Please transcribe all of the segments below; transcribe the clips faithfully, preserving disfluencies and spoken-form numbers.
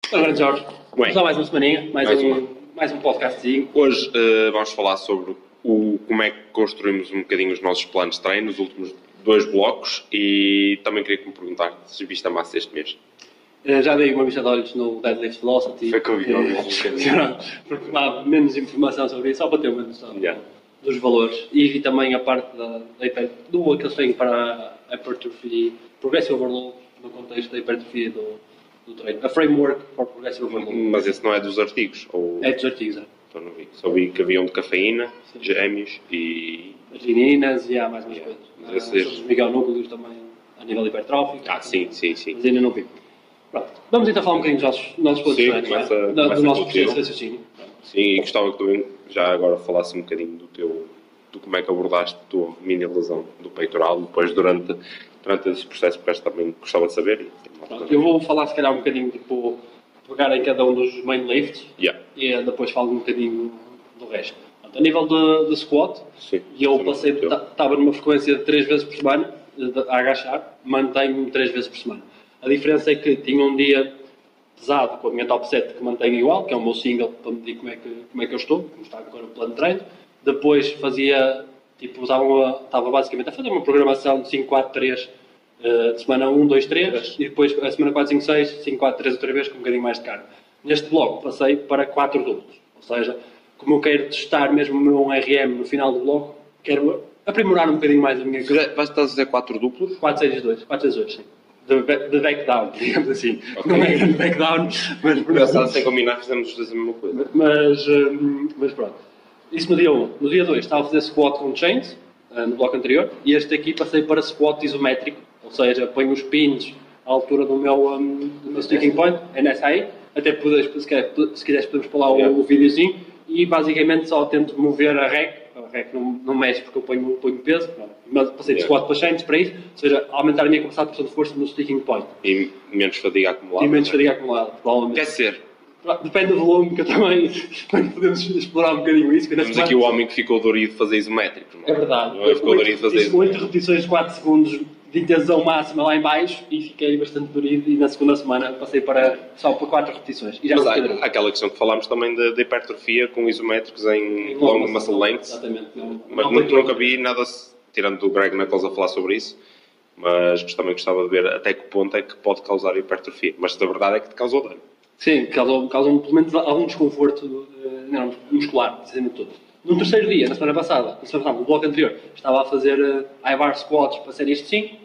Agora, Jorge, Bem, só mais uma semaninha, mais, mais um, uma. mais um podcastzinho. Hoje uh, vamos falar sobre o, como é que construímos um bocadinho os nossos planos de treino nos últimos dois blocos e também queria que me perguntar se viste a massa este mês. Uh, já dei uma vista de olhos no Deadlift Velocity. Foi que eu vi, uh, um bocadinho. Porque há menos informação sobre isso, só para ter uma noção Yeah. dos valores. E vi também a parte da, da hiper, do que eles têm para a hypertrophy, progressive overload, no contexto da hipertrofia do, do treino. A framework for progressive overload. Mas esse não é dos artigos? Ou... É dos artigos, é. Então não vi. Só vi que havia um de cafeína, gêmeos e... Argininas e há mais umas Yeah. coisas. Mas Há esses- sobre os meganúcleos também a nível hipertrófico. Ah, sim, sim, sim. Mas ainda não vi. Pronto. Vamos então falar um bocadinho dos nossos, nossos pontos Sim, de treinos, começa- não é? do, começa do nosso com o processo de teu. raciocínio. Sim, e gostava que tu já agora falasse um bocadinho do teu... do como é que abordaste a tua mini lesão do peitoral, depois durante, durante esse processo, porque acho que também gostava de saber. E, Pronto, eu vou falar se calhar um bocadinho, tipo, pegar em cada um dos main lifts Yeah. e eh, depois falo um bocadinho do resto. Portanto, a nível de, de squat, Sim. e eu Sim, passei, sim. estava numa frequência de três vezes por semana, de- a agachar, mantenho-me três vezes por semana. A diferença é que tinha um dia pesado com a minha top set que mantenho igual, que é o meu single, para medir como é que, como é que eu estou, como está agora o plano de treino. Depois fazia, tipo, usava uma, estava basicamente a fazer uma programação de cinco, quatro, três, eh, de semana um, dois, três, e depois a semana quatro, cinco, seis, cinco, quatro, três outra vez, com um bocadinho mais de carga. Neste bloco passei para quatro duplos, ou seja, como eu quero testar mesmo o meu R M no final do bloco, quero aprimorar um bocadinho mais a minha coisa. Vais estar a dizer quatro duplos? quatro, seis, dois, quatro, seis, dois, sim. De, ba- de back down, digamos assim. Ok. Não é grande back down, mas, Engraçado, sem combinar, fizemos os dois a mesma coisa. mas, hum, mas pronto. Isso no dia um. No dia dois estava a fazer squat com chains, ah, no bloco anterior, e este aqui passei para squat isométrico, ou seja, ponho os pins à altura do meu, um, do meu sticking point, é nessa aí, até podes, se, quer, se quiseres podemos pôr lá o, Yeah. o videozinho, e basicamente só tento mover a rec, a rec não, não mexe porque eu ponho, ponho peso, pronto. Mas passei de Yeah. squat para chains para isso, ou seja, aumentar a minha capacidade de produção de força no sticking point. E menos fadiga acumulada. E menos fadiga acumulada, provavelmente. Quer ser? Depende do volume, que eu também, também podemos explorar um bocadinho isso. que na Temos semana- aqui o homem que ficou dorido de fazer isométricos. Não É verdade. Não é? Ficou dorido de fazer Fiz oito isométricos. repetições de quatro segundos de intensão máxima lá em baixo e fiquei bastante dorido, e na segunda semana passei para só para quatro repetições. E já Mas fiquei há, dorido. há aquela questão que falámos também da da hipertrofia com isométricos em long muscle lengths. Exatamente. Não, Mas não nunca, foi nunca vi nada, tirando do Greg Knuckles a falar sobre isso, mas também gostava de ver até que ponto é que pode causar hipertrofia. Mas a verdade é que te causou dano. Sim, causou, causou pelo menos algum desconforto eh, não, muscular, precisamente tudo. No terceiro dia, na semana passada, na semana passada, no bloco anterior, estava a fazer uh, I-bar squats para séries de cinco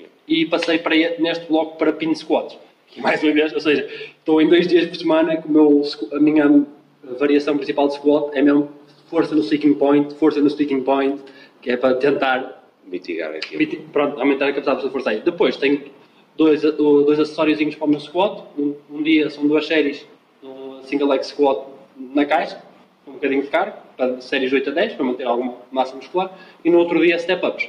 e passei para, neste bloco para pin squats. E mais uma vez, ou seja, estou em dois dias por semana que o meu, squ- a minha variação principal de squat é mesmo força no sticking point, força no sticking point, que é para tentar Mitigar aquilo. pronto, aumentar a capacidade de força aí. Depois tenho dois, o- dois acessóriozinhos para o meu squat. Um, um dia são duas séries no single leg squat na caixa, com um bocadinho de carga, para séries de oito a dez, para manter alguma massa muscular. E no outro dia step-ups.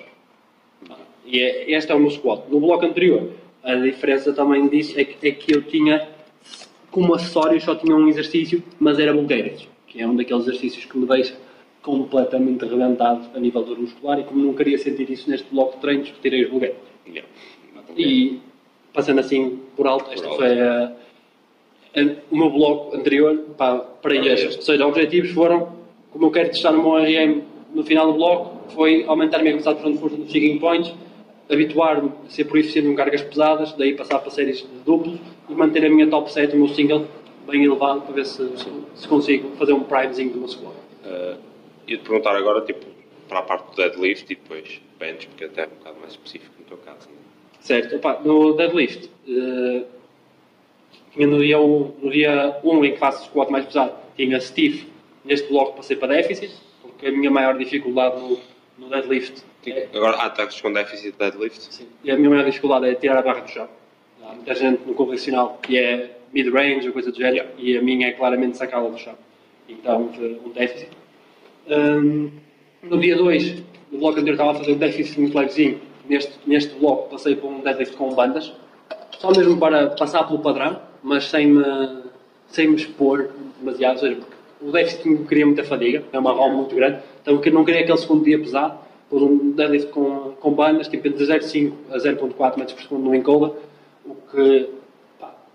E é, este é o meu squat. No bloco anterior, a diferença também disso é que, é que eu tinha, como acessório, só tinha um exercício, mas era bulgarians, que é um daqueles exercícios que me deixa completamente arrebentado a nível dor muscular, e como não queria sentir isso neste bloco de treinos, retirei os bulgarians. Yeah. E passando assim por alto, esta alto. foi a, a- o meu bloco anterior para, para este. Ou seja, os objetivos foram, como eu quero testar no meu R M no final do bloco, foi aumentar a minha capacidade de produção de força nos sticking points, habituar-me a ser proficiente em cargas pesadas, daí passar para séries de duplos e manter a minha top set, o meu single, bem elevado, para ver se, se, se consigo fazer um primezinho do meu squat. Uh, ia-te perguntar agora, tipo, para a parte do deadlift e depois bench, porque até é um bocado mais específico no teu caso. Não? Certo, opa, no deadlift, eh, tinha no dia um, no dia um em que faço squat mais pesado, tinha stiff, neste bloco passei para déficit, porque a minha maior dificuldade no, no deadlift é, Agora, ah, estás com déficit de deadlift? sim, e a minha maior dificuldade é tirar a barra do chão. Há muita gente no convencional que é mid-range ou coisa do género, e a minha é claramente sacá-la do chão. Então, um déficit. Hum, no dia dois, no bloco anterior estava a fazer um déficit muito levezinho. Neste, neste bloco passei para um deadlift com bandas, só mesmo para passar pelo padrão, mas sem me, sem me expor demasiado. Ou seja, porque o déficit me queria muita fadiga, é uma ROM muito grande, então eu não queria aquele segundo dia pesado, por um deadlift com, com bandas, tipo entre zero vírgula cinco a zero vírgula quatro metros por segundo no encoder, o que pá,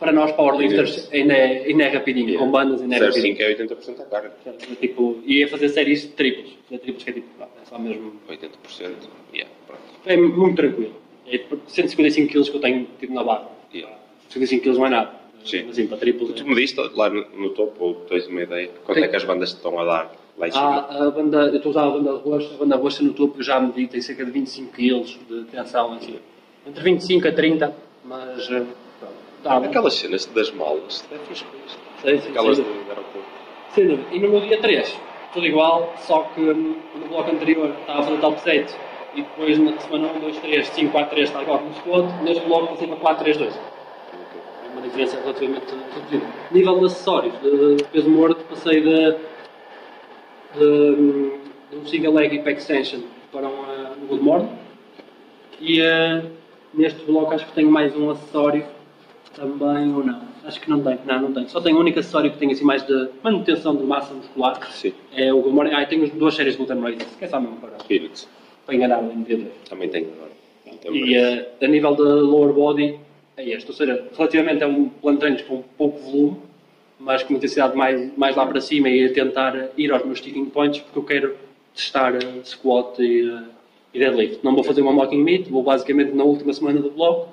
para nós powerlifters ainda é, ainda é rapidinho, Yeah. com bandas ainda é zero rapidinho. cinco é oitenta por cento da carga. Tipo, ia fazer séries de triplos. Fazer triplos que é tipo, pá, é só mesmo. oitenta por cento. Yeah, pronto. É muito tranquilo. É tipo cento e cinquenta e cinco quilos que eu tenho tipo, na barra. Yeah. cento e cinquenta e cinco quilos não é nada. Sim. Mas assim, para triplos. Tu É. me diste lá no, no topo, ou tens uma ideia? Quanto Sim. é que as bandas estão a dar lá em cima? Ah, a banda, eu estou a usar a banda roxa, a banda roxa no topo eu já medi, tem cerca de vinte e cinco quilos de tensão assim. Entre vinte e cinco a trinta, mas. eh, pronto, tá bom. Aquelas cenas das malas, é fixe com isto. Sim, sim, Aquelas sim. do aeroporto. Sem dúvida. E no meu dia três, tudo igual, só que hum, no bloco anterior estava a fazer top sete e depois na semana um, dois, três, cinco, quatro, três está igual como squat, neste bloco passei para quatro, três, dois. É uma diferença relativamente reduzida. Nível de acessórios, de peso morto, passei de, de, hum, de um single leg hip extension para um, uh, um good morning e uh, neste bloco acho que tenho mais um acessório também ou não. Acho que não tenho, não, não tenho. Só tenho o único acessório que tenho assim mais de manutenção de massa muscular. Sim. É o good morning. Ah, e tenho duas séries de gluten races, que é só mesmo para, Felix. para enganar o M D dois. Também tenho agora. Tem E uh, a nível de lower body é este, ou seja, relativamente a um plano de treinos com pouco volume, mas com uma intensidade mais, mais lá para cima e a tentar ir aos meus sticking points, porque eu quero testar uh, squat e, uh, e deadlift. Não vou fazer uma mocking meet, vou basicamente na última semana do bloco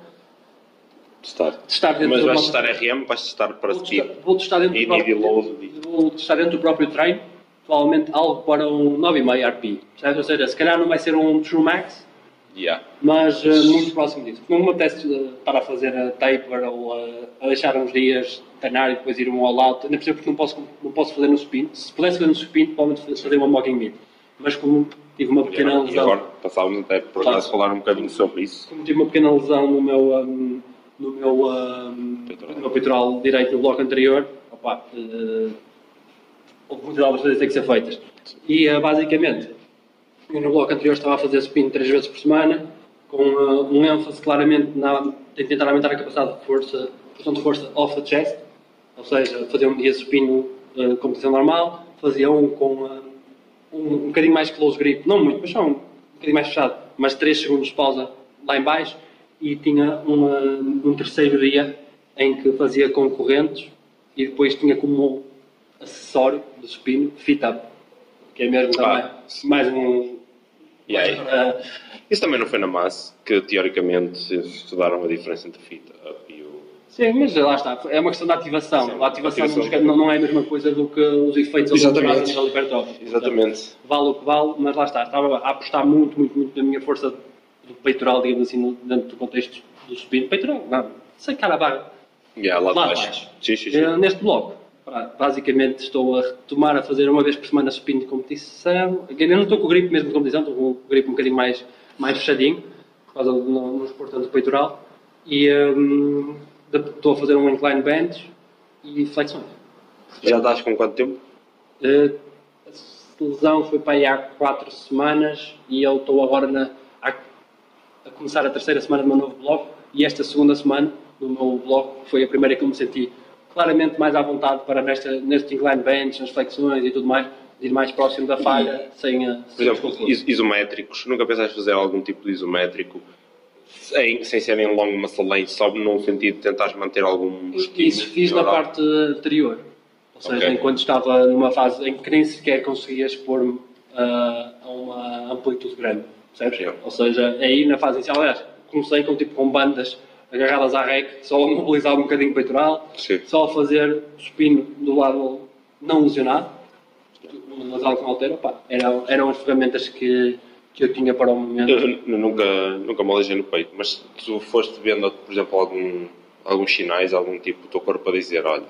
testar. testar dentro Mas do vais próprio- testar R M, vais testar para Vou speed. testar, vou testar dentro E do próprio, need load. vou testar dentro do próprio treino, provavelmente algo para um nove vírgula cinco R P. Percebes? Ou seja, se calhar não vai ser um True Max, Yeah. mas uh, muito próximo disso. Não me apetece uh, estar a fazer a taper ou uh, a deixar uns dias treinar e depois ir um all out. Ainda por cima porque não posso, não posso fazer no spin. Se pudesse fazer no spin, provavelmente fazer uma mocking meet. Mas como tive uma pequena Yeah. E lesão, agora passávamos até por acaso falar um bocadinho sobre isso. como tive uma pequena lesão no meu, um, no meu, um, Peitoral. no meu peitoral direito no bloco anterior, opa, uh, houve muitas obras que têm que ser feitas. E uh, basicamente, eu no bloco anterior estava a fazer spin três vezes por semana, com uh, um ênfase claramente na, em tentar aumentar a capacidade de força, produção de força off the chest, ou seja, fazer um dia de spin uh, competição normal, fazia um com uh, um, um bocadinho mais close grip, não muito, mas só um, um bocadinho mais fechado, mas três segundos de pausa lá em baixo, e tinha uma, um terceiro dia em que fazia concorrentes e depois tinha como acessório do spin fit up, que é mesmo também Ah, mais um. E aí? uh, Isso também não foi na massa, que teoricamente eles estudaram a diferença entre fit up e o. sim, mas lá está, é uma questão da ativação. Sim, a ativação, ativação. Não, não é a mesma coisa do que os efeitos Exatamente. a nível hipertrófico. Exatamente. Vale o que vale, mas lá está, estava a apostar muito, muito, muito na minha força do peitoral, digamos assim, no- dentro do contexto do supino. Peitoral, não, sei cara a barra. Yeah, lá de Lá de baixo. baixo. Sim, sim, sim. Eh, Neste bloco, pá, basicamente estou a retomar a fazer uma vez por semana supino de competição. Eu não estou com o grip mesmo de competição, estou com o grip um bocadinho mais, mais fechadinho, por causa do não, não expor tanto o peitoral. E hum, de- estou a fazer um incline bench e flexões. Já estás com quanto tempo? Eh, a lesão foi para aí há quatro semanas e eu estou agora na, a, a começar a terceira semana do meu novo bloco e esta segunda semana do meu bloco foi a primeira que eu me senti claramente mais à vontade para nesta, neste incline bench, nas flexões e tudo mais, de ir mais próximo da falha, sem a... Por exemplo, is- isométricos. Nunca pensaste fazer algum tipo de isométrico sem, sem ser em long muscle length, só num sentido de tentares manter algum estímulo? Isso fiz na neural? parte anterior. Ou seja, Ok. enquanto estava numa fase em que nem sequer conseguia expor-me ah, a uma amplitude grande. Percebes? Yeah. Ou seja, aí na fase inicial, aliás, comecei com, tipo, com bandas agarradas à rec, só a mobilizar um bocadinho o peitoral, Sim. só a fazer supino do lado não lesionado, no lateral com halteiro. Opá, eram, eram as ferramentas que, que eu tinha para o momento. Eu, eu nunca, nunca me aleijei no peito, mas tu foste vendo, por exemplo, algum, alguns sinais, algum tipo do teu corpo a dizer, olha,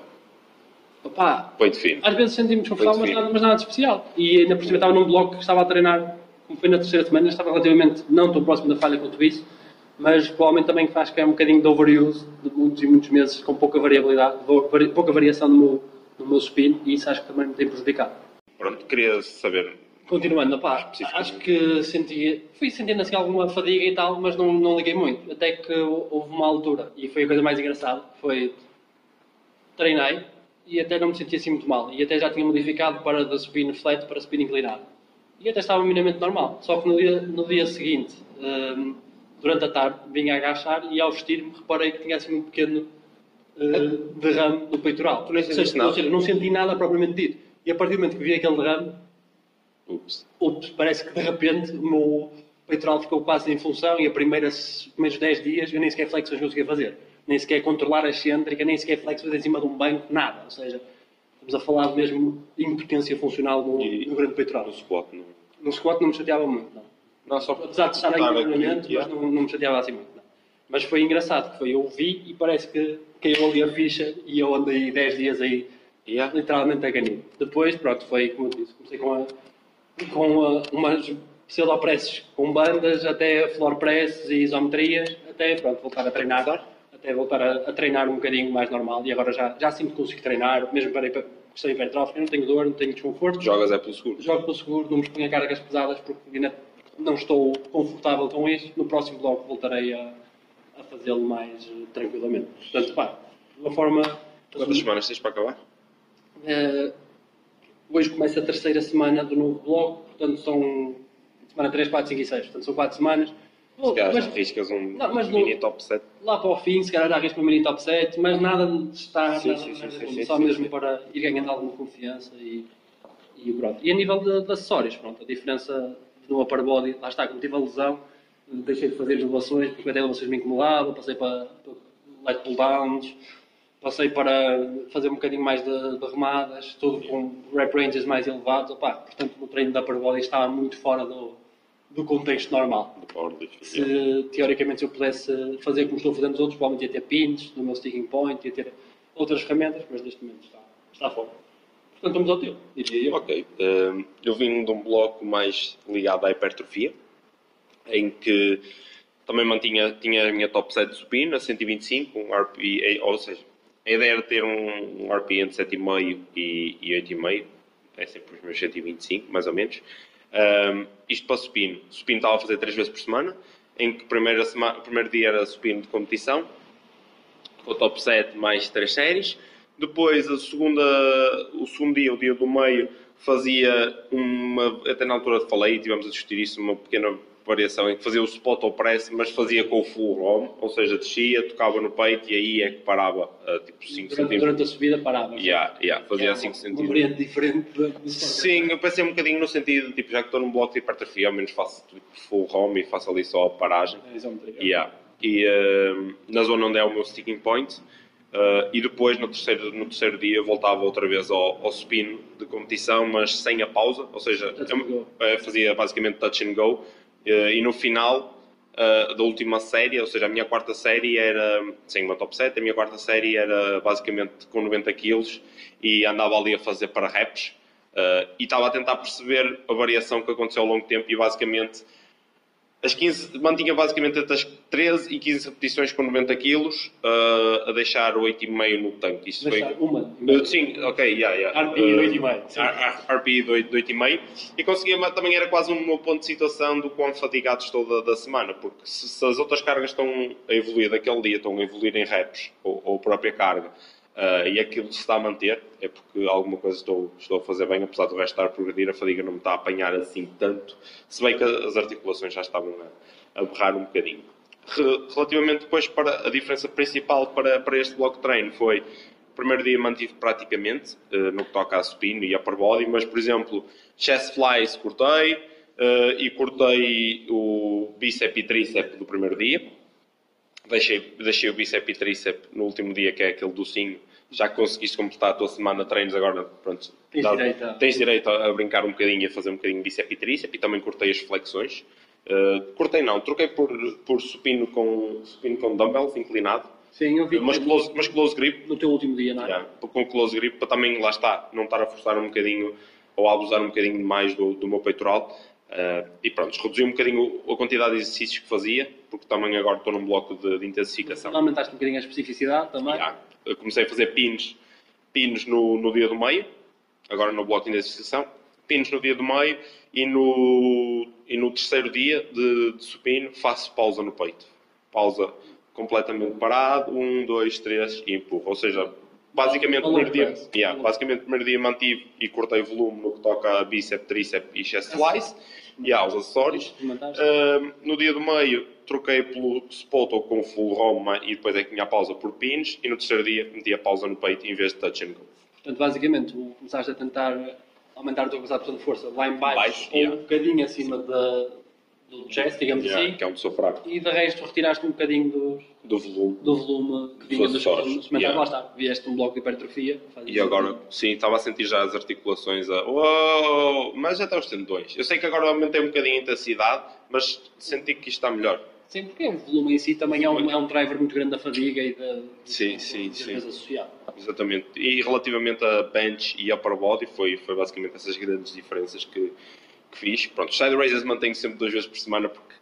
Opá, peito fino. às vezes senti-me desconfortável, mas Muito nada, mas nada de especial. E ainda por cima estava num bloco que estava a treinar, como foi na terceira semana, estava relativamente não tão próximo da falha quanto isso, mas provavelmente também faz que é um bocadinho de overuse de muitos e muitos meses com pouca variabilidade, vari- pouca variação no meu, no meu spin, e isso acho que também me tem prejudicado. Pronto, queria saber. Continuando, opá, acho que senti, fui sentindo assim alguma fadiga e tal, mas não, não liguei muito. Até que houve uma altura, e foi a coisa mais engraçada, foi treinei e até não me sentia assim muito mal. E até já tinha modificado para da supino flat para supino inclinado. E até estava minimamente normal. Só que no dia, no dia seguinte, hum, durante a tarde, vim a agachar e ao vestir-me reparei que tinha assim um pequeno uh, derrame no peitoral. Tu nem ou, seja, nada. ou seja, não senti nada propriamente dito. E a partir do momento que vi aquele derrame, Ups. ups, parece que de repente o meu peitoral ficou quase em função e a primeira, os primeiros dez dias eu nem sequer flexões conseguia fazer. Nem sequer controlar a excêntrica, nem sequer flexões em cima de um banco, nada. Ou seja, estamos a falar mesmo de impotência funcional no, E- no grande peitoral. No squat, não. No squat não me chateava muito, não. Não, só Apesar de estar em estar aqui, treinamento, mas yeah. não, não me chateava assim muito, não. Mas foi engraçado, que foi, eu vi e parece que caiu ali a ficha e eu andei dez dias aí, Yeah. literalmente a ganho. Depois, pronto, foi como eu disse, comecei com, a, com a, umas pseudopresses com bandas, até floor presses e isometrias, até pronto, voltar a treinar, até voltar a, a treinar um bocadinho mais normal e agora já, já sinto que consigo treinar, mesmo para questão hipertrófica, não tenho dor, não tenho desconforto. Jogas é pelo seguro. Jogo pelo seguro, não me exponho a cargas pesadas porque ainda não estou confortável com isso. No próximo bloco voltarei a, a fazê-lo mais uh, tranquilamente. Portanto, pá, de uma forma... Quantas semanas tens para acabar? Uh, hoje começa a terceira semana do novo bloco, portanto são semana três, quatro, cinco e seis, portanto são quatro semanas. Se calhar Mas- já arriscas um Não, mas mini não- top sete. Lá para o fim, se calhar já arrisco uma mini top sete, mas nada de estar, Sim, nada, sim, sim, nada sim, disso, sim, só sim, mesmo sim. para ir ganhando alguma confiança e, e pronto. E a nível de, de acessórios, pronto, a diferença no upper body, lá está, como tive a lesão, deixei de fazer elevações, porque até elevações me incomodavam, passei para, para light pull downs, passei para fazer um bocadinho mais de, de remadas, tudo com rep ranges mais elevados, opá, portanto o treino da upper body estava muito fora do, do contexto normal. Do powerlifting. Se Yeah. teoricamente se eu pudesse fazer como estou a fazer nos outros, provavelmente ia ter pins no meu sticking point, ia ter outras ferramentas, mas neste momento está, está fora. Portanto, vamos ao teu, diria eu. Ok. Um, eu vim de um bloco mais ligado à hipertrofia, em que também mantinha tinha a minha top set de supino a cento e vinte e cinco, um R P, ou seja, a ideia era ter um, um R P entre sete vírgula cinco e, e oito vírgula cinco, é sempre os meus cento e vinte e cinco, mais ou menos. Um, isto para supino. Supino estava a fazer três vezes por semana, em que primeira semana, o primeiro dia era supino de competição, com o top set mais três séries. Depois, a segunda, o segundo dia, o dia do meio, fazia uma... Até na altura falei, tivemos a discutir isso, uma pequena variação, em que fazia o spot ou press, mas fazia com o full ROM, ou seja, descia, tocava no peito e aí é que parava, uh, tipo cinco Durante, centímetros. durante a subida parava. Yeah, yeah, fazia cinco Um centímetros. variante diferente do do Sim, eu pensei um bocadinho no sentido, tipo, já que estou num bloco de hipertrofia, ao menos faço tipo, full ROM e faço ali só a paragem. É, isometria. Yeah. E uh, na zona onde é o meu sticking point, uh, e depois no terceiro, no terceiro dia voltava outra vez ao, ao supino de competição, mas sem a pausa, ou seja, Touch and go. eu, uh, fazia basicamente touch and go, uh, e no final uh, da última série, ou seja, a minha quarta série era, sem uma top set, a minha quarta série era basicamente com noventa quilos e andava ali a fazer para reps, uh, e estava a tentar perceber a variação que aconteceu ao longo do tempo e basicamente as quinze, mantinha basicamente entre as treze e quinze repetições com noventa quilos, uh, a deixar oito vírgula cinco no tanque. Isso Deixar foi... uma. Uh, sim, ok, yeah, yeah. R P I de oito vírgula cinco, sim. Uh, R P I de oito vírgula cinco. E conseguia, mas também era quase um meu ponto de situação do quão fatigados estou da, da semana, porque se, se as outras cargas estão a evoluir daquele dia, estão a evoluir em reps, ou, ou a própria carga, Uh, e aquilo se está a manter, é porque alguma coisa estou, estou a fazer bem, apesar do resto estar a progredir, a fadiga não me está a apanhar assim tanto, se bem que as articulações já estavam a, a berrar um bocadinho. Re, relativamente depois para a diferença principal para, para este bloco de treino foi, o primeiro dia mantive praticamente, uh, no que toca a supino e upper body, mas por exemplo, chest flies cortei, uh, e cortei o bíceps e tríceps do primeiro dia. Deixei, deixei o bíceps e tríceps no último dia, que é aquele docinho. Já que conseguiste completar a tua semana de treinos, agora pronto, Tens dá, direito a- tens direito a, a brincar um bocadinho e a fazer um bocadinho de bíceps e tríceps. E também cortei as flexões. Uh, cortei não, troquei por, por supino, com, supino com dumbbells inclinado. Sim, eu vi Mas close, mas close grip. no teu último dia, não é? Yeah, com close grip, para também, lá está, não estar a forçar um bocadinho ou a abusar um bocadinho mais do, do meu peitoral. Uh, e pronto, reduzi um bocadinho a quantidade de exercícios que fazia, porque também agora estou num bloco de, de intensificação. Aumentaste um bocadinho a especificidade também. Yeah. Eu comecei a fazer pins, pins no, no dia do meio, agora no bloco de intensificação, pins no dia do meio e no, e no terceiro dia de, de supino faço pausa no peito. Pausa completamente parado, um, dois, três e empurro. Ou seja, basicamente Valor primeiro dia, press. yeah, basicamente primeiro dia mantive e cortei volume no que toca a bíceps, tríceps e chest flies. e há os acessórios. Uh, no dia do meio, troquei pelo Spoto com full Roma e depois é que tinha a pausa por pins. E no terceiro dia, meti a pausa no peito em vez de touch and go. Portanto, basicamente, tu começaste a tentar aumentar a tua capacidade de força lá em baixo, baixo ou yeah. um bocadinho acima da, do chest, digamos yeah, assim. Que é um pessoa fraco. E de resto, retiraste um bocadinho dos, do volume, do volume que vinha dos suplementos. Yeah. Lá está, vieste um bloco de hipertrofia. E agora, sentido. Sim, estava a sentir já as articulações a... Uou, mas já está os tendões. Eu sei que agora aumentei um bocadinho a intensidade, mas senti que isto está melhor. Sim, porque o volume em si também é um, é um driver muito grande da fadiga e da sim, sim, sim. associado. Exatamente. E relativamente a bench e upper body, foi, foi basicamente essas grandes diferenças que, que fiz. Pronto, side raises mantenho sempre duas vezes por semana porque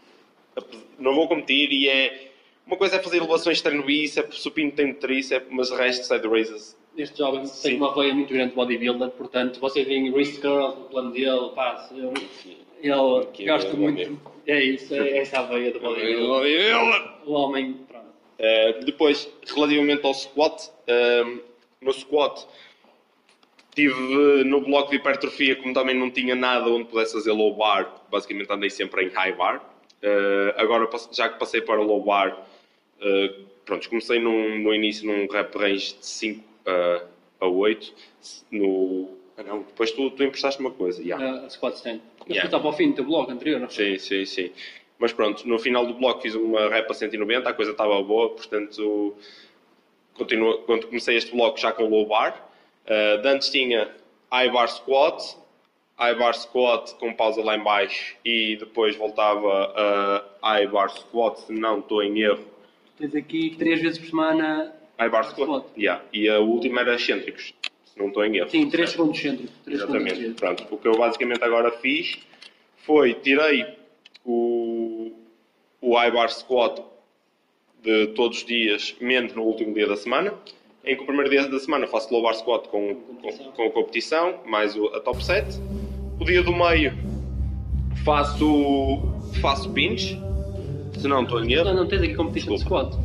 não vou competir e é... Uma coisa é fazer elevações de treino bíceps, supino tem tríceps, mas o resto side raises... Este jovem sim. tem uma veia muito grande de bodybuilder, portanto, você vem wrist curl no plano dele, pá, eu, ele que gosta é muito... É isso, é essa a veia de bodybuilder. O homem, pronto. Uh, depois, relativamente ao squat, um, no squat tive no bloco de hipertrofia, como também não tinha nada onde pudesse fazer low bar, basicamente andei sempre em high bar. Uh, agora, já que passei para low bar, uh, pronto, comecei num, no início num rep range de cinco uh, a oito. No, ah, não, depois tu, tu emprestaste uma coisa. Yeah. Uh, a squat stand. Mas yeah. tu estava ao fim do teu bloco anterior, não foi? Sim, sim, sim. Mas pronto, no final do bloco fiz uma rep a cento e noventa, a coisa estava boa, portanto continuo, quando comecei este bloco já com low bar. Uh, de antes tinha high bar squat, high bar squat com pausa lá em baixo e depois voltava a high bar squat, se não estou em erro. Tens aqui três vezes por semana high bar squat. squat. Yeah. E a última era excêntricos, se não estou em erro. Sim, três segundos excêntricos. Exatamente. Pronto, o que eu basicamente agora fiz foi, tirei o, o high bar squat de todos os dias, menos no último dia da semana, em que o primeiro dia da semana faço low bar squat com, com, com a competição, mais o, a top set. O dia do meio faço, faço pinch, se não estou em erro. Não, não tens aqui competition squat.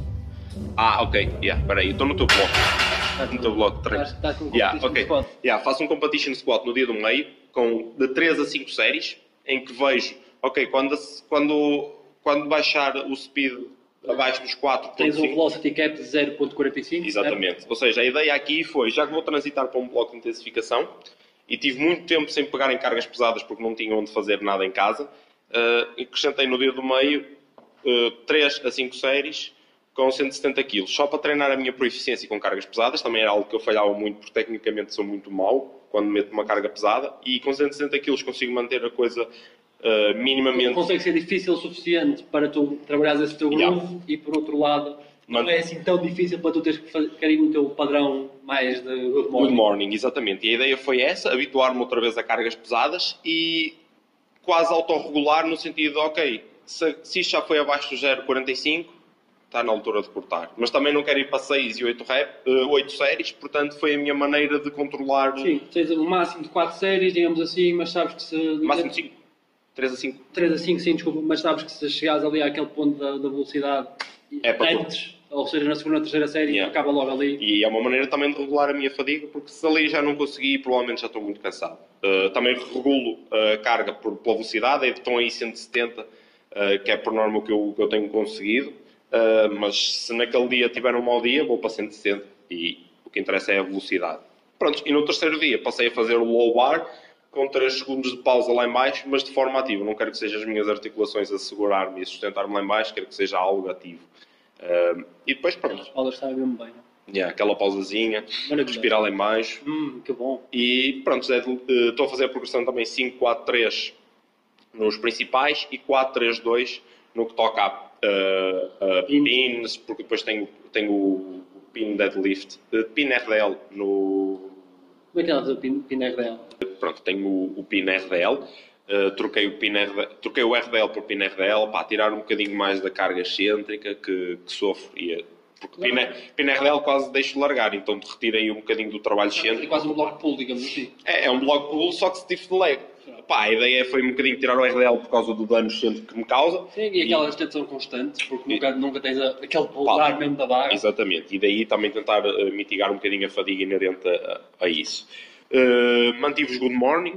Ah, ok, yeah, espera aí, estou no teu bloco. No teu bloco de treino. Estás com yeah, okay. yeah, faço um competition squat no dia do meio, com de três a cinco séries, em que vejo, ok, quando, quando, quando baixar o speed abaixo dos quatro tens um velocity cap de zero vírgula quarenta e cinco. Exatamente. Ou seja, a ideia aqui foi, já que vou transitar para um bloco de intensificação, e tive muito tempo sem pegar em cargas pesadas porque não tinha onde fazer nada em casa, uh, acrescentei no dia do meio uh, três a cinco séries com cento e setenta quilos, só para treinar a minha proficiência com cargas pesadas. Também era algo que eu falhava muito porque tecnicamente sou muito mau quando meto uma carga pesada, e com cento e setenta quilos consigo manter a coisa uh, minimamente... Consegue ser difícil o suficiente para tu trabalhares esse teu groove, yeah. E por outro lado não Man... é assim tão difícil para tu teres que fazer, cair no teu padrão mais de good morning. Good morning, exatamente. E a ideia foi essa, habituar-me outra vez a cargas pesadas e quase autorregular no sentido de, ok, se, se isto já foi abaixo do zero vírgula quarenta e cinco, está na altura de cortar. Mas também não quero ir para seis e oito, rep, uh, oito séries, portanto foi a minha maneira de controlar... Sim, tens um máximo de quatro séries, digamos assim, mas sabes que se... Máximo de cinco. três a cinco. três a cinco, sim, desculpa, mas sabes que se chegares ali àquele ponto da, da velocidade é antes, ou seja, na segunda ou terceira série, yeah. Acaba logo ali. E é uma maneira também de regular a minha fadiga, porque se ali já não consegui, provavelmente já estou muito cansado. Uh, também regulo a carga por, pela velocidade, estão aí cento e setenta, uh, que é por norma o que eu, que eu tenho conseguido. Uh, mas se naquele dia tiver um mau dia, vou para cento e sessenta e o que interessa é a velocidade. Pronto, e no terceiro dia passei a fazer o low bar com três segundos de pausa lá em baixo, mas de forma ativa. Não quero que sejam as minhas articulações a segurar-me e a sustentar-me lá em baixo, quero que seja algo ativo. Uh, e depois pronto. As pausas estavam mesmo bem, não? Yeah, aquela pausazinha, respirar lá em baixo. Hum, que bom. E pronto, estou a fazer a progressão também cinco quatro três nos principais e quatro três dois no que toca a Uh, uh, pins, porque depois tenho, tenho o, o pin deadlift, uh, pin R D L no... Como é que é o pin, pin R D L? Pronto, tenho o, o pin R D L, uh, troquei, o pin R D L, troquei o R D L por pin R D L para tirar um bocadinho mais da carga excêntrica que, que sofro, e, porque pin, pin R D L quase deixo largar, então retirei um bocadinho do trabalho excêntrico. É quase um block pull, digamos assim. É, é um block pull, só que stiff de leg. Pá, a ideia foi um bocadinho tirar o R D L por causa do dano excêntrico que me causa. Sim, e aquela extensão constante, porque nunca, nunca tens a, aquele pulsar mesmo da barra. Exatamente, e daí também tentar uh, mitigar um bocadinho a fadiga inerente a, a isso. Uh, mantive os good mornings,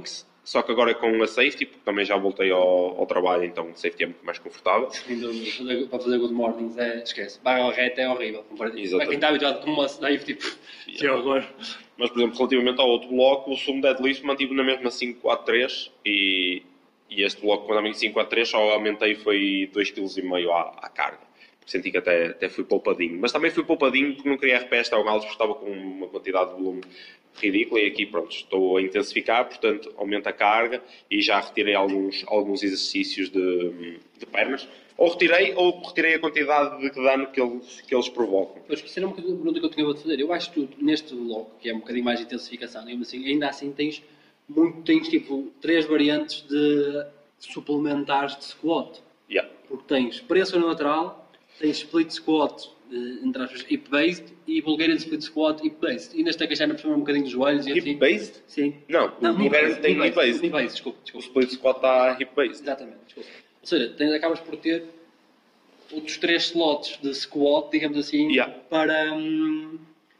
só que agora é com a safety, porque também já voltei ao, ao trabalho, então a safety é muito mais confortável. Fazer, para fazer good mornings, é, esquece. Barra reta é horrível. Para quem está habituado com uma safety, tipo, que horror. Mas, por exemplo, relativamente ao outro bloco, o sumo deadlift mantive na mesma cinco quatro três e, e este bloco, quando eu cinco quatro três, só aumentei foi dois vírgula cinco quilos à, à carga. Senti que até, até fui poupadinho. Mas também fui poupadinho porque não queria R P S tão alto, porque estava com uma quantidade de volume ridícula e aqui, pronto, estou a intensificar, portanto, aumenta a carga e já retirei alguns, alguns exercícios de, de pernas. Ou retirei, ou retirei a quantidade de dano que eles, que eles provocam. Pois, isso era uma pergunta que eu tinha a fazer. Eu acho que tu, neste bloco, que é um bocadinho mais de intensificação, digamos assim, ainda assim tens, muito, tens tipo, três variantes de suplementares de squat. Yeah. Porque tens preço lateral, tens split squat, entre aspas, hip-based, e Bulgarian split squat hip-based. E ainda está a queixar na um bocadinho dos joelhos e assim. Hip-based? Sim. Não, não o Bulgarian tem hip-based. Hip-based, desculpa, desculpa. O split squat está hip-based. Exatamente, desculpa. Ou seja, tens, acabas por ter outros três slots de squat, digamos assim, yeah. para, hum,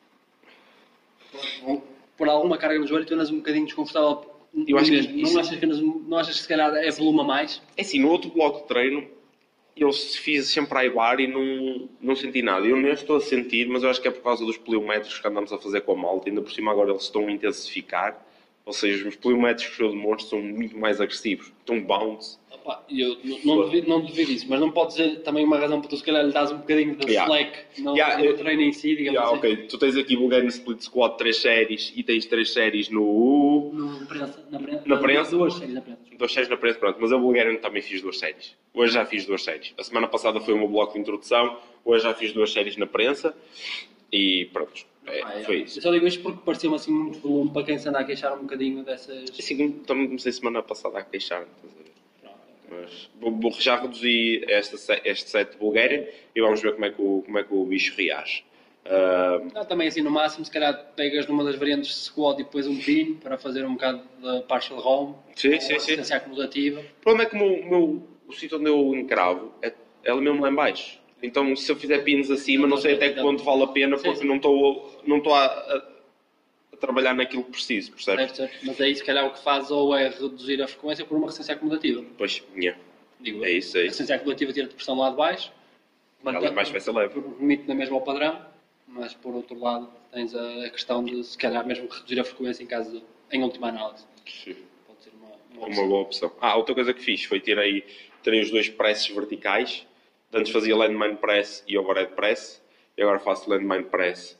por alguma carga no joelho, tu andas um bocadinho desconfortável. Eu acho mesmo. que não, achas que, não achas que se calhar é volume a mais? É assim, no outro bloco de treino, eu fiz sempre a bar e não, não senti nada. Eu nem estou a sentir, mas eu acho que é por causa dos pliométricos que andamos a fazer com a malta. Ainda por cima agora eles estão a intensificar. Ou seja, os pliométricos que eu demonstro são muito mais agressivos. Estão bounce. Opa, eu não, não, duvido, não duvido isso, mas não pode ser também uma razão para tu se calhar lhe dás um bocadinho de yeah. slack no, yeah, no treino em si, digamos yeah, assim. Ok, tu tens aqui Bulgarian Split Squat três séries e tens três séries no... no prensa, na prensa. Na prensa? Duas séries na prensa. Duas séries na prensa, pronto. Mas eu Bulgarian também fiz duas séries. Hoje já fiz duas séries. A semana passada foi o meu bloco de introdução, hoje já fiz duas séries na prensa e pronto. É, ah, é. Foi isso. Eu só digo isto porque pareceu-me assim muito volume para quem se anda a queixar um bocadinho dessas... Assim, também comecei semana passada a queixar. Mas vou, já reduzi esta, este set de Bulgarian e vamos ver como é que o, como é que o bicho reage. Uh... Ah, também assim no máximo, se calhar pegas numa das variantes de squat e depois um pin para fazer um bocado de partial roam. Sim, sim, sim. Assistência acumulativa. O problema é que o, meu, meu, o sítio onde eu encravo é, é ali mesmo lá em baixo. Então se eu fizer pins acima, não sei até que ponto vale a pena porque sim, sim. não estou não estou a, a, a trabalhar naquilo que preciso, percebes? Certo, certo. Mas aí se calhar o que faz ou é reduzir a frequência por uma resistência acumulativa. Pois, yeah. Digo, é isso aí. A resistência acumulativa tira-te pressão lá de baixo. Ela mais vai ser leve. Permite na mesma ao padrão, mas por outro lado tens a, a questão de se calhar mesmo reduzir a frequência em caso de, em última análise. Sim. Pode ser uma, uma, uma boa opção. Ah, outra coisa que fiz foi tirei, tirei os dois presses verticais. Antes fazia landmine press e overhead press. E agora faço landmine press.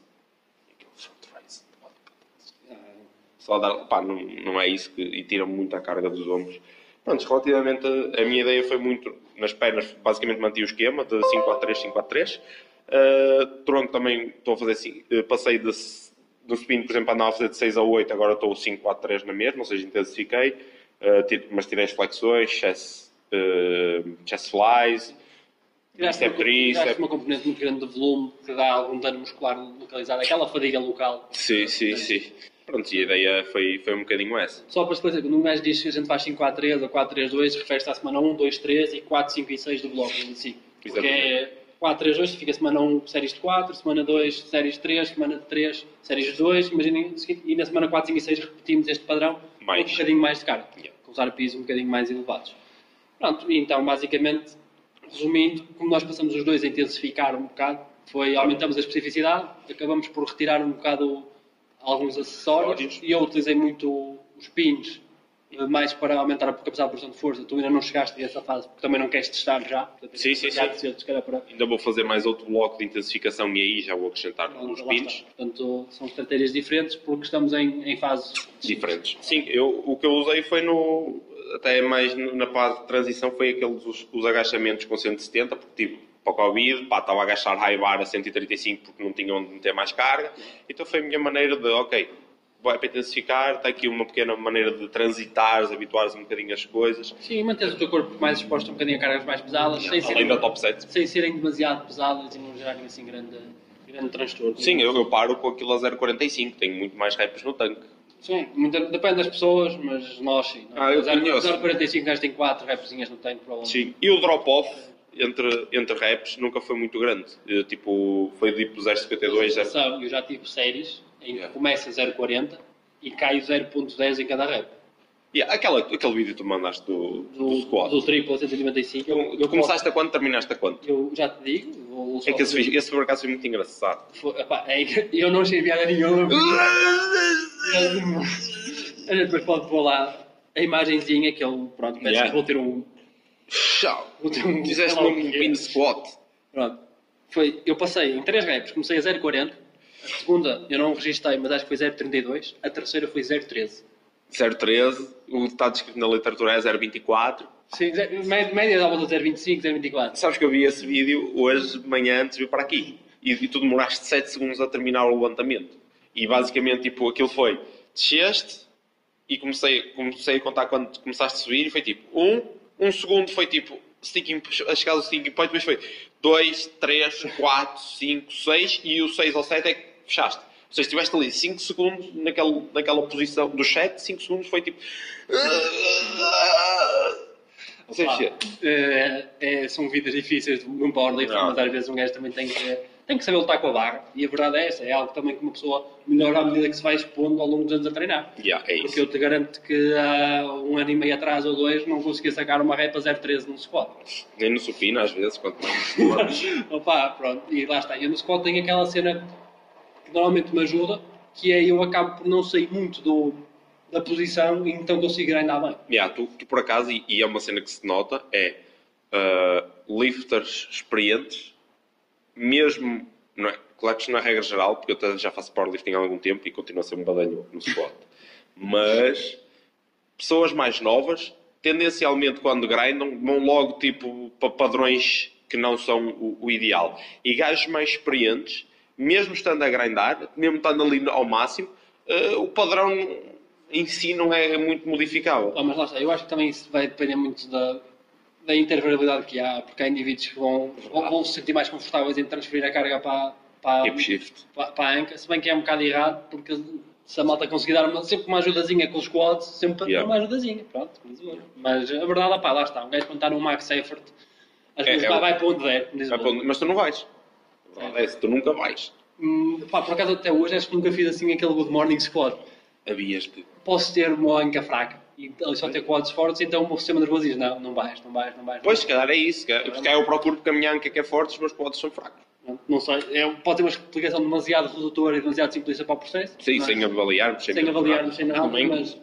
Só dar, pá, não, não é isso que e tira muito a carga dos ombros. Pronto, relativamente a, a minha ideia foi muito nas pernas, basicamente mantive o esquema de cinco quatro três, cinco quatro três. Uh, tronco também estou a fazer assim, uh, passei de, do spin, por exemplo, andava a fazer de seis a oito, agora estou cinco quatro três na mesma, ou seja, intensifiquei, uh, tiro, mas tirei as flexões, chest, uh, chest flies. Tiraste uma, tiraste uma componente muito grande de volume que dá algum dano muscular localizado, aquela fadiga local. Sim, sim, sim. Pronto, e a ideia foi, foi um bocadinho essa. Só para esclarecer, quando um gajo diz que a gente faz cinco quatro três ou quatro três dois, refere-se à semana um, dois, três e quatro, cinco e seis do bloco em si. Porque é quatro três dois, fica semana um séries de quatro, semana dois séries de três, semana três séries de dois, imaginem, e na semana quatro, cinco e seis repetimos este padrão mais. Um bocadinho mais de carga, yeah. Com os R Ps um bocadinho mais elevados. Pronto, e então basicamente, resumindo, como nós passamos os dois a intensificar um bocado, foi aumentamos a especificidade, acabamos por retirar um bocado alguns acessórios e eu utilizei muito os pins mais para aumentar a capacidade de produção de força. Tu ainda não chegaste a essa fase porque também não queres testar já. Portanto, sim, sim, sim. Cedo, se para... Ainda vou fazer mais outro bloco de intensificação e aí já vou acrescentar os pins. Portanto, são estratégias diferentes porque estamos em, em fases diferentes. Sim, eu, o que eu usei foi no... até mais na fase de transição foi aqueles os, os agachamentos com cento e setenta, porque tipo, para o Covid, pá, estava a agachar high bar a cento e trinta e cinco porque não tinha onde meter mais carga. Então foi a minha maneira de, ok, vai para intensificar, está aqui uma pequena maneira de transitar, habituares um bocadinho as coisas. Sim, e manteres o teu corpo mais exposto um bocadinho a cargas mais pesadas, sem, além serem, da top set. sem serem demasiado pesadas e não gerarem assim grande, grande transtorno. Sim, eu, eu paro com aquilo a zero vírgula quarenta e cinco, tenho muito mais reps no tanque. Sim, muita, depende das pessoas, mas nós sim. Ah, eu zero vírgula quarenta e cinco nós tem quatro repzinhas no tanque, provavelmente. Sim, e o drop-off entre, entre reps nunca foi muito grande. Eu, tipo, foi tipo zero vírgula cinquenta e dois, zero... Eu já tive séries em que yeah. começa zero vírgula quarenta e cai zero vírgula dez em cada rep. Yeah, aquela, aquele vídeo que tu mandaste do, do, Do, squat. do triplo a cento e noventa e cinco. Eu, Tu eu começaste a quanto, terminaste a quanto? Eu já te digo. Vou só É que esse, fazer- vídeo- esse por acaso foi muito engraçado. Foi- epá, é que eu não achei piada nenhuma. A gente depois pode pôr lá a imagenzinha que ele, pronto, parece Yeah. que vou ter um... Tchau! Vou ter um Fizeste sei lá um o quê. pin squat. Pronto. Foi, eu passei em três reps, comecei a zero vírgula quarenta. A segunda eu não registrei, mas acho que foi zero vírgula trinta e dois. A terceira foi zero vírgula treze. zero vírgula treze, o que está descrito na literatura é zero vírgula vinte e quatro. Sim, zero- média média da volta de zero vírgula vinte e cinco, zero vírgula vinte e quatro. Sabes que eu vi esse vídeo hoje de manhã antes de vir para aqui. E, e tu demoraste sete segundos a terminar o levantamento. E basicamente, tipo, aquilo foi: desceste e comecei, comecei a contar quando começaste a subir. E foi tipo: um, um segundo foi tipo sticking, a chegada do sticking point, depois foi dois, três, quatro, cinco, seis. E o seis ou sete é que fechaste. Ou seja, estiveste ali cinco segundos naquela, naquela posição do sete, cinco segundos foi tipo. Ou seja, É, é, são vidas difíceis num powerlifting, Não. mas às vezes um gajo também tem que, tem que saber lutar com a barra. E a verdade é essa, é algo também que uma pessoa melhora à medida que se vai expondo ao longo dos anos a treinar. yeah, é Porque isso. eu te garanto que há um ano e meio atrás ou dois não conseguia sacar uma rep a zero vírgula treze num squat. Nem no supino, às vezes, quanto mais. Opa, pronto, e lá está. Eu no squat tenho aquela cena que normalmente me ajuda, que é eu acabo por não sair muito do, da posição e então consigo grindar bem. Yeah, tu, tu, por acaso, e, e é uma cena que se nota, é uh, lifters experientes, mesmo, não é, claro que isto não é regra geral, porque eu até já faço powerlifting há algum tempo e continuo a ser um badalho no squat, mas pessoas mais novas, tendencialmente quando grindam, vão logo tipo para padrões que não são o, o ideal. E gajos mais experientes, mesmo estando a grindar, mesmo estando ali ao máximo, uh, o padrão em si não é muito modificável. Ah, mas lá está, eu acho que também isso vai depender muito da, da intervariabilidade que há, porque há indivíduos que vão, vão, vão se sentir mais confortáveis em transferir a carga para, para, Hip shift. para, para a anca, se bem que é um bocado errado, porque se a malta conseguir dar uma, sempre uma ajudazinha com os squats, sempre Yeah. uma ajudazinha, pronto. Mas a verdade, pá, lá está, um gajo quando está num max effort, às É, vezes é vai, o- vai para onde der, como diz o Vai para outro. onde- Mas tu não vais. A verdade é essa, tu nunca vais. Hum, pá, por acaso até hoje acho que nunca fiz assim aquele good morning squat. Havias de. Posso ter uma anca fraca e ali só ter quads fortes, então o meu sistema nervoso diz, não, não vais, não vais, não vais. não Pois, se calhar é isso. que- Porque eu procuro porque a minha anca que é forte, os meus quadros são fracos. Não, não sei, é, pode ter uma explicação demasiado redutora e demasiado simplista para o processo. Sim, não é? sem avaliarmos. Sem avaliarmos, sem nada, Também, mas...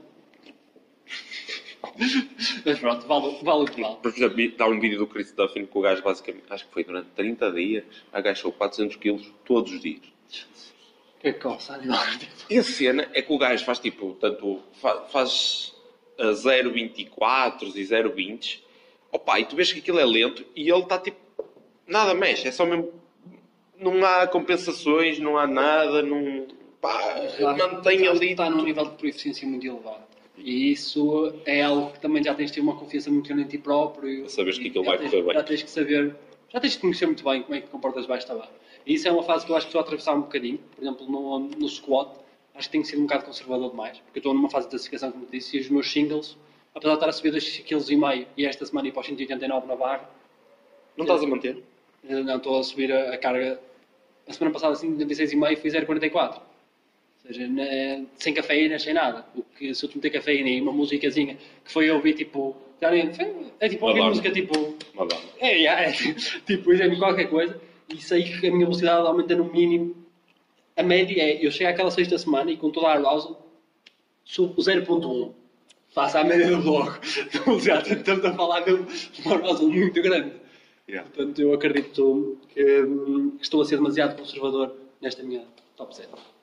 mas pronto, vale, vale o que vale. Por exemplo, está um vídeo do Chris Duffin que o gajo basicamente, acho que foi durante trinta dias, agachou quatrocentos quilos todos os dias. Que coça, animal. E a cena é que o gajo faz tipo, tanto fa- faz a zero vírgula vinte e quatro e zero vírgula vinte. Opa, e tu vês que aquilo é lento e ele está tipo, nada mexe, é só mesmo, não há compensações, não há nada, não, pá, mantém ali. Está num nível de proficiência muito elevado. E isso é algo que também já tens de ter uma confiança muito grande em ti próprio. Sabes que E aquilo já vai tens- correr bem. Já tens que saber, já tens de conhecer muito bem como é que te comportas baixo da barra. E isso é uma fase que eu acho que estou a atravessar um bocadinho. Por exemplo, no, no squat, acho que tenho sido um bocado conservador demais. Porque eu estou numa fase de intensificação, como te disse, e os meus singles, apesar de estar a subir dois vírgula cinco quilos e esta semana ir para os cento e oitenta e nove na barra, Não estás a manter? eh, não estou a subir a, a carga. A semana passada, cento e oitenta e seis vírgula cinco, fui zero vírgula quarenta e quatro. Ou seja, na- sem cafeína, sem nada. O que, se eu te meter cafeína e uma musicazinha que foi ouvir tipo. Já nem, foi- é tipo ouvir Madonna. música tipo. Madonna. É, é, é tipo, exemplo, qualquer coisa. E sei que a minha velocidade aumenta no mínimo. A média é, eu chego àquela sexta semana e com toda a arousal subo zero ponto um. Faço a média do bloco. Então já estamos a falar de uma arousal muito grande. Yeah. Portanto, eu acredito que, hum, que estou a ser demasiado conservador nesta minha top set.